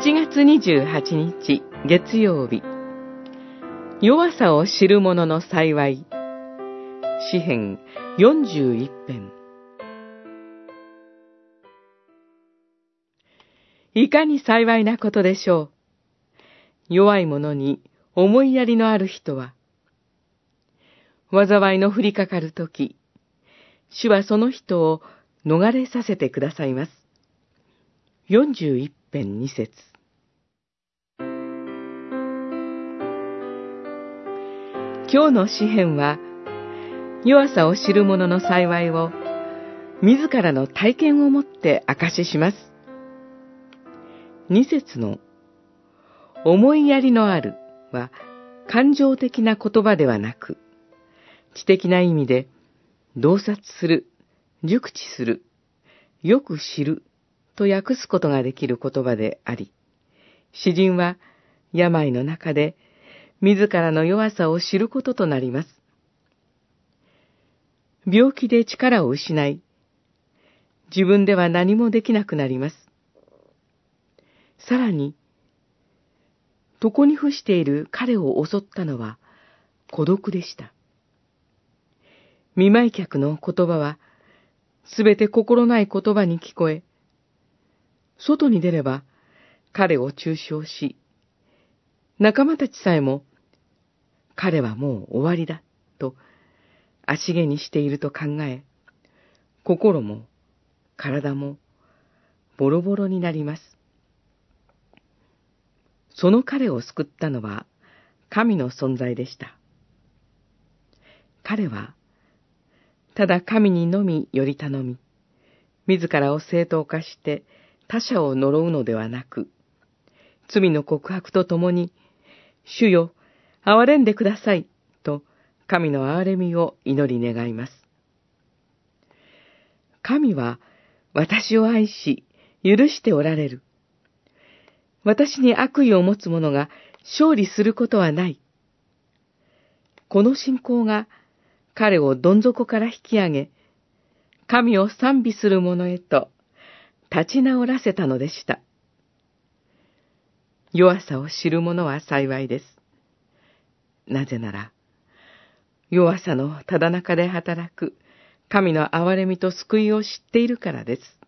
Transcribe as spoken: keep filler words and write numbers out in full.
ちがつにじゅうはちにち月曜日、弱さを知る者の幸い。詩編よんじゅういち編。いかに幸いなことでしょう。弱い者に思いやりのある人は、災いの降りかかるとき、主はその人を逃れさせてくださいます。よんじゅういち編に節。今日の詩編は、弱さを知る者の幸いを、自らの体験をもって証しします。に節の、思いやりのあるは、感情的な言葉ではなく、知的な意味で、洞察する、熟知する、よく知ると訳すことができる言葉であり、詩人は病の中で自らの弱さを知ることとなります。病気で力を失い、自分では何もできなくなります。さらに、床に伏している彼を襲ったのは孤独でした。見舞い客の言葉は、すべて心ない言葉に聞こえ、外に出れば彼を中傷し、仲間たちさえも、彼はもう終わりだ、と足げにしていると考え、心も体もボロボロになります。その彼を救ったのは神の存在でした。彼は、ただ神にのみより頼み、自らを正当化して他者を呪うのではなく、罪の告白とともに、主よ、憐れんでください、と神の憐れみを祈り願います。神は私を愛し、許しておられる。私に悪意を持つ者が勝利することはない。この信仰が彼をどん底から引き上げ、神を賛美する者へと立ち直らせたのでした。弱さを知る者は幸いです。なぜなら、弱さのただ中で働く神の憐れみと救いを知っているからです。